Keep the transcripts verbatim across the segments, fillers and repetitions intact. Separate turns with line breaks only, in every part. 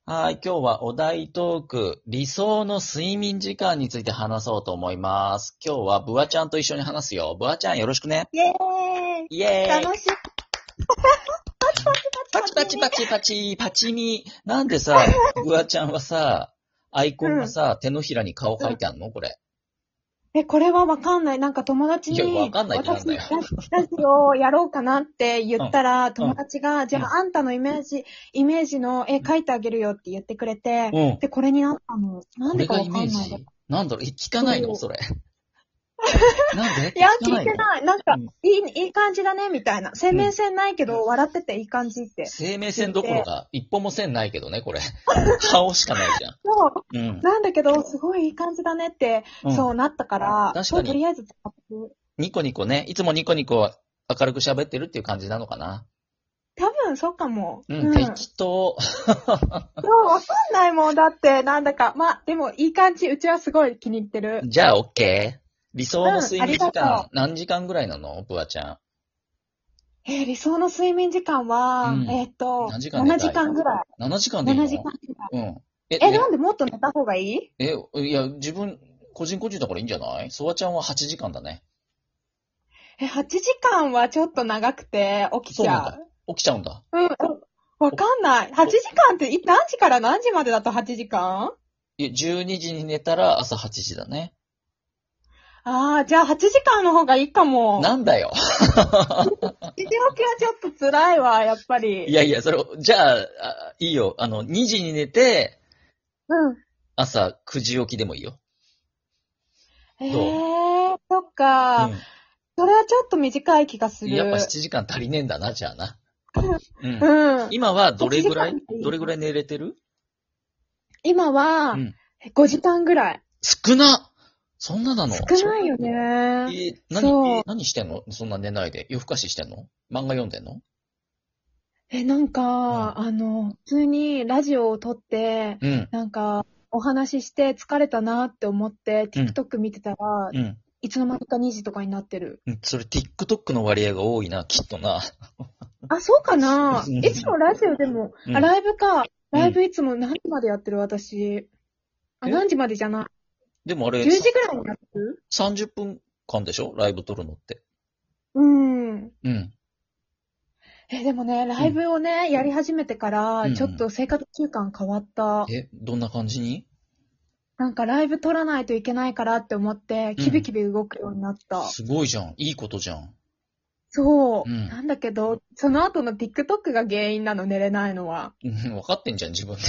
はい、今日はお題トーク、理想の睡眠時間について話そうと思います。今日はブワちゃんと一緒に話すよ。ブワちゃんよろしくね。
イェーイ
イエーイ。
楽しい。
パチパチパチパチ、パチミ。なんでさ、ブワちゃんはさ、アイコンがさ、手のひらに顔書いてあんのこれ。
え、これはわかんない。なんか友達
いや、わ
に、
かんないってなん
私、
だよ。
ラジオをやろうかなって言ったら、
うん
友達が、じゃ
うん
あ、あんたのイメージ、イメージの絵描いてあげるよって言ってくれて、
うん。
で、これになったの。なんでか
これがイ
わかんない。
メージなんだろう、え聞かないのそれ。なんで
いや、
聞かないの
聞いてない。なんか、
うん
いい、いい感じだね、みたいな。生命線ないけど、笑ってていい感じって。
生命線どころか、一本も線ないけどね、これ。顔しかないじゃん。
そう。
うん。
なんだけど、すごいいい感じだねって、
うん
そうなったから、
確かに
そうとりあえず使ってる。
ニコニコね、いつもニコニコ明るく喋ってるっていう感じなのかな。
多分、そうかも。
うん、
うん。
適当。
そう、わかんないもん。だって、なんだか。まあ、でも、いい感じ。うちはすごい気に入ってる。
じゃあ、オッケー。理想の
うん、
睡
ありがと
眠時間、
う。
何時間ぐらいなのブワちゃ
えー理想の睡眠時間は、
うん
えーっと、
何時間寝たい
ななじかんぐら
ん。ななじかん
い。
でいいの
ななじかんぐらい。
うん。え、
え、
ね、
なんでもっと寝た方がいい？
え、いや、自分、個人個人だからいいんじゃないソワちゃんははちじかんだね。
え、はちじかんはちょっと長くて起き
そうなんだ。
ちゃう。
起きちゃうんだ。
うん、うんわかんない。はちじかんってい何時から何時までだとはちじかん？
いや、じゅうにじに寝たら朝はちじだね。
ああ、じゃあはちじかんの方がいいかも。
なんだよ。
はちじ起きはちょっと辛いわ、やっぱり。
いやいや、それ、じゃあ、あいいよ。あの、にじに寝て、
うん。
朝くじ起きでもいいよ。
え
どう
えー、そっか。
うん。
それはちょっと短い気がする。
やっぱななじかん足りねえんだな、じゃあな。うん。
うん。
今はどれぐらい
はちじかんでいい
どれぐらい寝れてる
今は、
うん。
ごじかんぐらい。
少なそんななの
少ないよ
え
ね。
ー、何、
そう
えー何してんのそんな寝ないで。夜更かししてんの漫画読んでんの
え、なんか、あの、普通にラジオを撮って、
うん。
なんか、お話しして疲れたなって思って、
うん
TikTok 見てたら、
うん。
いつの間にかにじとかになってる。
うんそれ TikTok の割合が多いな、きっとな。
あ、そうかな
うん
いつもラジオでも、
うん
あ、ライブか。
うん
ライブいつも何時までやってる私。あ、
え
何時までじゃない。
でもあれ、
じゅうじぐらいにやってる
さんじゅっぷんかんでしょライブ撮るのって。
うん。
うん。
え、でもね、ライブをね、やり始めてか
うん
ら、
うん
ちょっと生活習慣変わった。
え、どんな感じに
なんかライブ撮らないといけないからって思って、キビキビ動くようになった。
すごいじゃん。いいことじゃん。
そう。
うん
なんだけど、その後の TikTok が原因なの、寝れないのは。
うん、分かってんじゃん、自分で。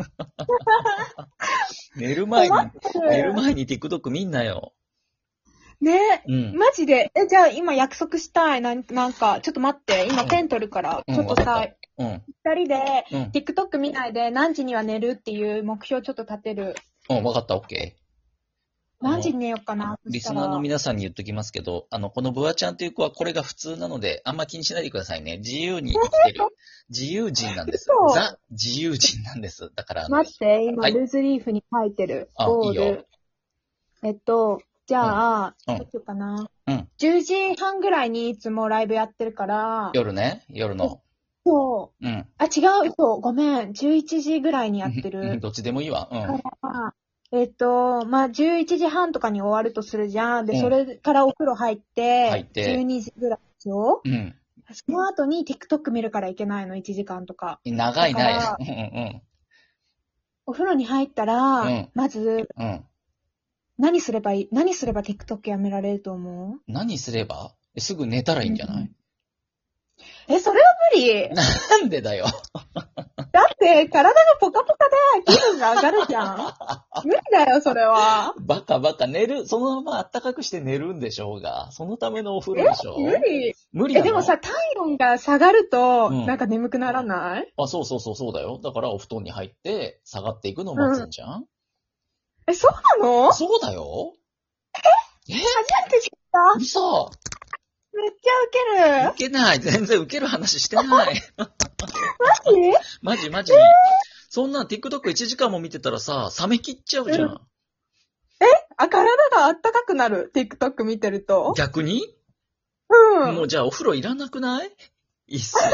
寝る前に
困っ、てる
寝る前に TikTok 見んなよ。
ね
うん。
マジで。え、じゃあ今約束したい。なんなんか、ちょっと待って。今ペン取るから。
うん
ちょっとさ
わかっ、うん。
二人で
うん。
TikTok 見ないで何時には寝るっていう目標ちょっと立てる。
うん、わかった、オッケー。あの
何時に寝ようかな。そ
リ
したら。
スナーの皆さんに言っときますけど、あの、このブワちゃんという子はこれが普通なので、あんま気にしないでくださいね。自由に生きてる。自由人なんです。
嘘
ザ・自由人なんです。だからあの、
待って、今、
はい
ルーズリーフに書いてる。
あ
ゴー
いいよ
ル。えっと、じゃあ、
うんうん
どうしようかな。
うん。
じゅうじはんぐらいにいつもライブやってるから、
夜ね、夜の。
そう。
うん。
あ、違う、そう、ごめん。じゅういちじぐらいにやって
うん
る。
どっちでもいいわ。うん。
からえっと、まあ、じゅういちじはんとかに終わるとするじゃん。で、
うん
それからお風呂入って、
入って
じゅうにじぐらいでしょ
うん。
その後に TikTok 見るからいけないの、いちじかんとか。
長い
だから
な。うんうん
お風呂に入ったら、
うん
まず、
うん。うん。
何すればいい何すれば TikTok やめられると思う
何すればえすぐ寝たらいいんじゃない、
え、それは無理
なんでだよ。
だって、体がポカポカで気分が上がるじゃん。無理だよ、それは。
バカバカ寝る、そのまま暖かくして寝るんでしょうが。そのためのお風呂でしょ
無理。え、
無理なの
でもさ、体温が下がると、
うん
なんか眠くならない
あ、そうそうそうそうだよ。だからお布団に入って下がっていくのを待つんじゃん、
え、そうなの
そうだよ。え
初めて知った
嘘
めっちゃウケる。
受けない。全然受ける話してない。
マジ
マジマジ。そんなん TikTokいちじかんも見てたらさ、冷め切っちゃうじゃん。
うんあ、体があったかくなる。TikTok 見てると。
逆に、
うん。
もうじゃあお風呂いらなくないいっそ。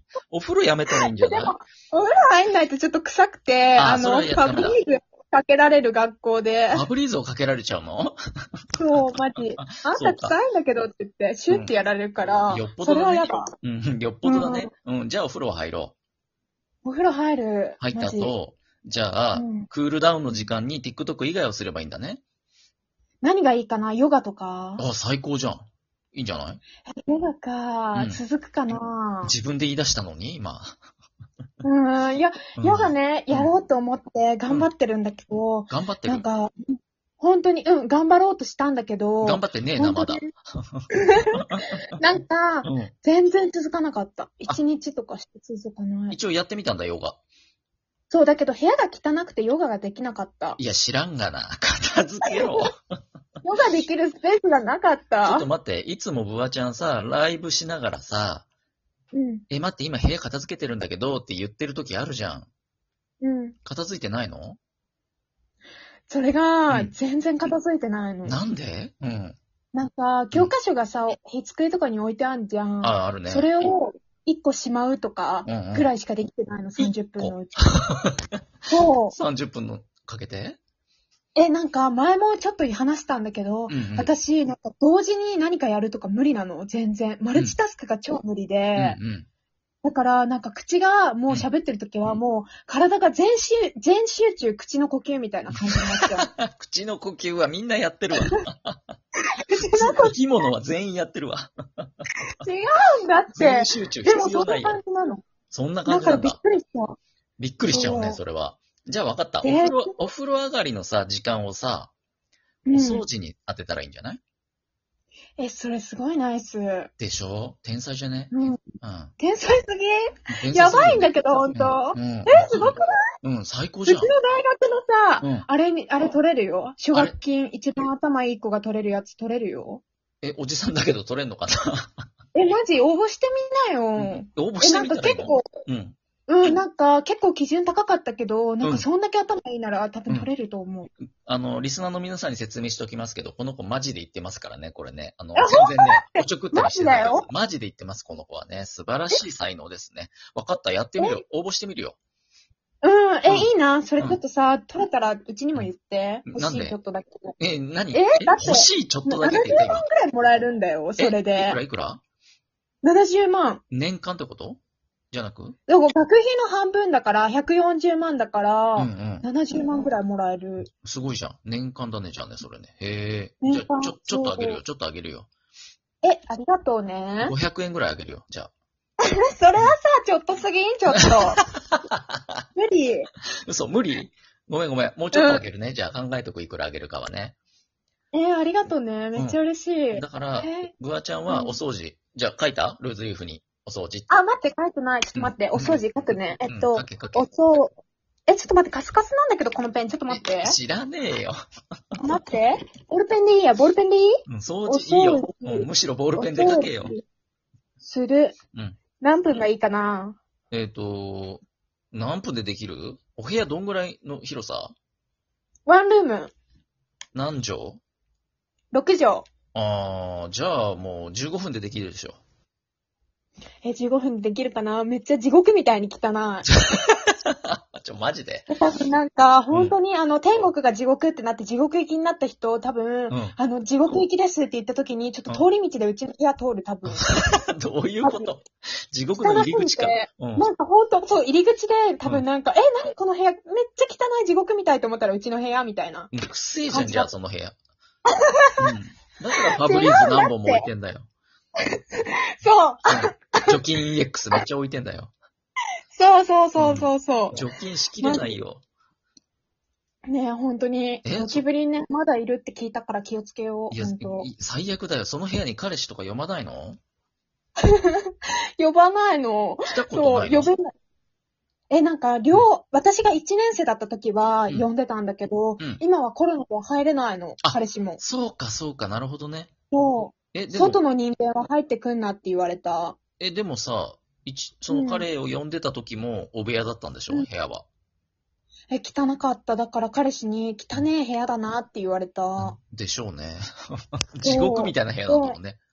お風呂やめたらいいんじゃない？
でも、お風呂入んないとちょっと臭くて、
あ
あの、フ
それはや
ァブリーズかけられる学校で、
ファブリーズをかけられちゃうの？
そう、マジ。あんた
そうか。
臭いんだけどって言って、シュッてやられるから、
よっぽ
そ
どだね。
れは嫌だ。
うん、よっぽどだね。うん、じゃあお風呂入ろ
お風呂入る。
う。入った
マジ。
後、じゃあ、
うん
クールダウンの時間に TikTok 以外をすればいいんだね。
何がいいかな？ヨガとか？
あ、最高じゃん。いいんじゃない？
ヨガか、
うん
続くかな？
自分で言い出したのに、今。
うーん、いや、
うん
ヨガね、
うん
やろうと思って頑張ってるんだけど、
頑張ってる。
なんか、本当に、うん、頑張ろうとしたんだけど、
頑張ってねえな、まだ。
なんか、
うん。
全然続かなかった。一日とかして続かない。
一応やってみたんだ、ヨガ。
そう、だけど部屋が汚くてヨガができなかった。
いや、知らんがな。片付けろ。
ヨガできるスペースがなかっ
ちょ
た。
っと待って、いつもブワちゃんさ、ライブしながらさ、
うん、
え、待って、今部屋片付けてるんだけどって言ってる時あるじゃん。
うん。
片付いてないの？
それ
う
が、
ん
全然片付いてないの。
なんで？うん。
なんか、教科書がさ、机とかに置いてあるじゃん。
あ、あるね。
それを一個しまうとか
うんうん、
ぐらいしかできてないの、さんじゅっぷんのうち。そう。
さんじゅっぷんのかけて？
え、なんか、前もちょっと話したんだけど、
うんうん。
私、なんか、同時に何かやるとか無理なの、全然。マルチタスクが超無理で。
うんうん。
だから、なんか、口がもう喋ってる時はもう、体が全集、全集中、口の呼吸みたいな感じになっちゃう。
口の呼吸はみんなやってるわ。
口の呼
生き物は全員やってるわ。
吸違うんだって
全。集中
でも、そんな
必要ないよ。
感じなの。
そんな
だからびっ
感じなんだ。
くりした。
びっくりしちゃうね、
そう
それは。じゃあ分かった。お
で
風呂、お風呂上がりのさ、時間をさ、お
うん
掃除に当てたらいいんじゃない？
え、それすごいナイス。
でしょ？天才じゃね？
うん。
うん。
天才すぎ
天才すぎる
やばいんだけど、ほんと。
うん。うん
え、すごくない？
うん、最高
うちの
じゃん。
大学のさ、
うん
あれに、あれ取れるよ。奨学金、一番頭いい子が取れるやつ取れるよ。
え、おじさんだけど取れんのかな？
え、マジ応募してみなよ。
うん応募
え、なん
してみたいいの？
から結構、
うん。
うん、なんか結構基準高かったけど、なんかそんだけ頭いいなら多分取れると思う。
あの、リスナーの皆さんに説明しておきますけど、この子マジで言ってますからね、これね。あの、
あ
全然ね、おちょくったりしてないです
マジだよ。
マジで言ってます、この子はね。素晴らしい才能ですね。わかった、やってみるよ。応募してみるよ。
うん、
うん
え、いいな。それちょっとさ、取れたらうちにも言って。
うん
欲しいちょっとだけ。
え、何
えだって
欲しいちょっとだけって言った今。
くらいもらえるんだよ、それ
えいく
で
ら。いくら
ななじゅうまん。
年間ってことじゃなく？
でも学費の半分だから、ひゃくよんじゅうまんだから、
うんうん。
ななじゅうまんくらいもらえる。
すごいじゃん。年間だね、じゃあね、それね。へえ。
年間
じゃあ、ちょ、ちょっとあげるよ、
そう
ちょっとあげるよ。
え、ありがとうね
ご。ひゃくえんぐらいあげるよ、じゃあ。
それはさ、ちょっとすぎんちょっと。無理。
嘘、無理？ごめんごめん。もうちょっとあげるね。じゃあ考えとくいくらあげるかはね。
えー、ありがとうね。めっちゃ嬉しい。
だから、
えー
ブワちゃんはお掃除。じゃあ書いたルーズリーフにお掃除って。
あ、待って、書いてない。ちょっと待って。
うん
お掃除書くね。えっ
うん
と
書、け書け
お。そう。え、ちょっと待って、カスカスなんだけど、このペン。ちょっと待って。
知らねえよ。
待って。ボールペンでいいや、ボールペンでいい？
うん、掃除いいよ。
お掃除
うんむしろボールペンで書けよ
お。掃除する。
うん。
何分がいいかな？
えっ、と、何分でできる？お部屋どんぐらいの広さ？
ワンルーム、
何畳？
ろく畳。
あー、じゃあもうじゅうごふんでできるでしょ。
え、じゅうごふんでできるかな？めっちゃ地獄みたいに汚い。
ちょ、マジで。
多分なんか、本当にあの、天国が地獄ってなって地獄行きになった人、多分、
うん
あの、地獄行きですって言った時に、ちょっと通り道でうちの部屋通る、多分。
どういうこと地獄の入り口か。うん。
なんか本当、そう、入り口で、多分なんか、え、何この部屋、めっちゃ汚い地獄みたいと思ったらうちの部屋みたいな。
くせえじゃん、じゃあ、その部屋。うん。だからファブリーズ何本も置いてんだよ。
そう
うん除菌 イーエックス めっちゃ置いてんだよ。
そうそうそうそうそう。
除菌しきれないよ。
ねえ、本当に、
え
ゴキブリね、まだいるって聞いたから気をつけよう、
いや、
本当。
い最悪だよ。その部屋に彼氏とか読まないの？
呼ばないの。
来たこと
そう、
ないの？
呼べない。え、なんか、両、私がいちねん生だった時は
うん
呼んでたんだけど、
うん
今はコロナで入れないの、
あ
彼氏も。
そうか、そうか、なるほどね。
そ
え、
う、
でも
外、の人間は入ってくんなって言われた。
え、でもさ、一その彼を呼んでた時も、お部屋だったんでしょ、
うん
部屋は。
え、汚かった。だから彼氏に、汚ねえ部屋だなって言われた。
でしょうね。地獄みたいな部屋なんだもんね。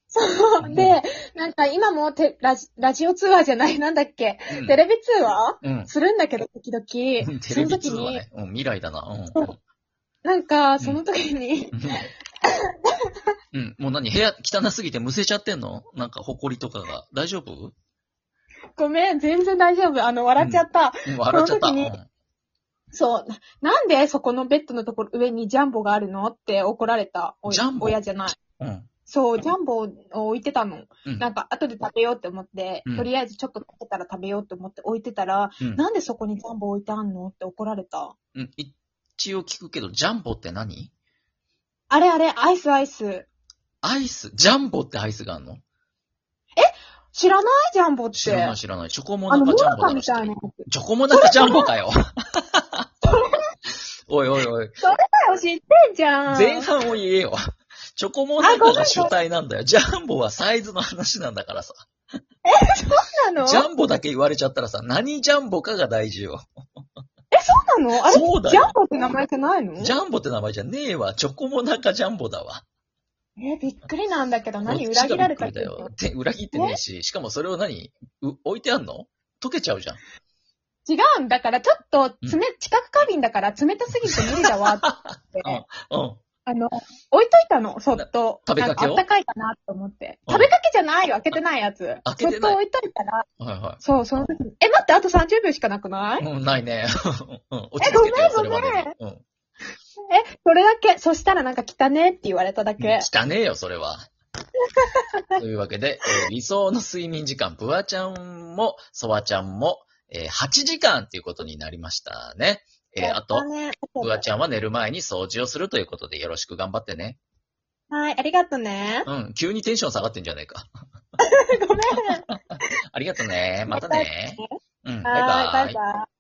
そう。で、なんか今もてラジラジオ通話じゃない、なんだっけ、
うん、
テレビ通話
うん。
するんだけど、時々。
テレビ
その時に、
通話ね。うん、未来だな。うん。
そうなんか、その時に、
うん。うん。もう何部屋汚すぎてむせちゃってんのなんか埃とかが。大丈夫？
ごめん、全然大丈夫。あの、笑っちゃった。
うん、笑っちゃった。
その時にそう。ななんでそこのベッドのところ上にジャンボがあるのって怒られた。お
ジャンボ
親じゃない。
うん。うん。
そう、ジャンボを置いてたの。
うん。
なんか、後で食べようって思って、
うん
とりあえずちょっと食べたら食べようって思って置いてたら、
うん。
なんでそこにジャンボ置いてあんのって怒られた。
うん。一応聞くけど、ジャンボって何？
あれあれ、アイスアイス。
アイスジャンボってアイスがあんの？
知らないジャンボって。
知らない知らない。チョコモ
あの、モ
ナカジャンボ
ナカみ
だろ知ってる
たいなやつ。
チョコモナカジャンボかよ。おいおいおい。
それだよ、知ってんじゃん。
前半を言えよ。チョコモナカが主体なんだよ。ジャンボはサイズの話なんだからさ。
そうなの
ジャンボだけ言われちゃったらさ、何ジャンボかが大事よ。
え、そうなのあれ
そうだよ。
ジャンボって名前じゃないの
ジャンボって名前じゃねえわ。チョコモナカジャンボだわ。
え、びっくりなんだけど、何
こっちが
裏切られたっけ
びっくりだよ。で裏切ってねえし、しかもそれを何う置いてあんの？溶けちゃうじゃん。
違うんだから、ちょっと、つめ、知覚過敏だから冷たすぎて無理だわって。
うん。うん。
あの、置いといたの、そっと。
食べかけを
なんかあったかいかなと思って。
うん
食べかけじゃないよ、開けてないやつ。
開けてない
そっと置いといたら、
はいは
そう、その時に。え、待って、あとさんじゅうびょうしかなくない、
い。うん、ないね。うん。落ち着けてよ、それまでに。うん。
え、それだけ、そしたらなんか汚ねって言われただけ。
汚ねえよ、それは。というわけで、えー理想の睡眠時間、ブワちゃんも、ソワちゃんも、えーはちじかんっていうことになりましたね。えーあと、
ね、
ブワちゃんは寝る前に掃除をするということでよろしく頑張ってね。
はい、ありがとね。
うん、急にテンション下がってんじゃねえか。
ごめん。
ありがとね。またね。うん、バイ
はい、バ
バイ。
イバイ。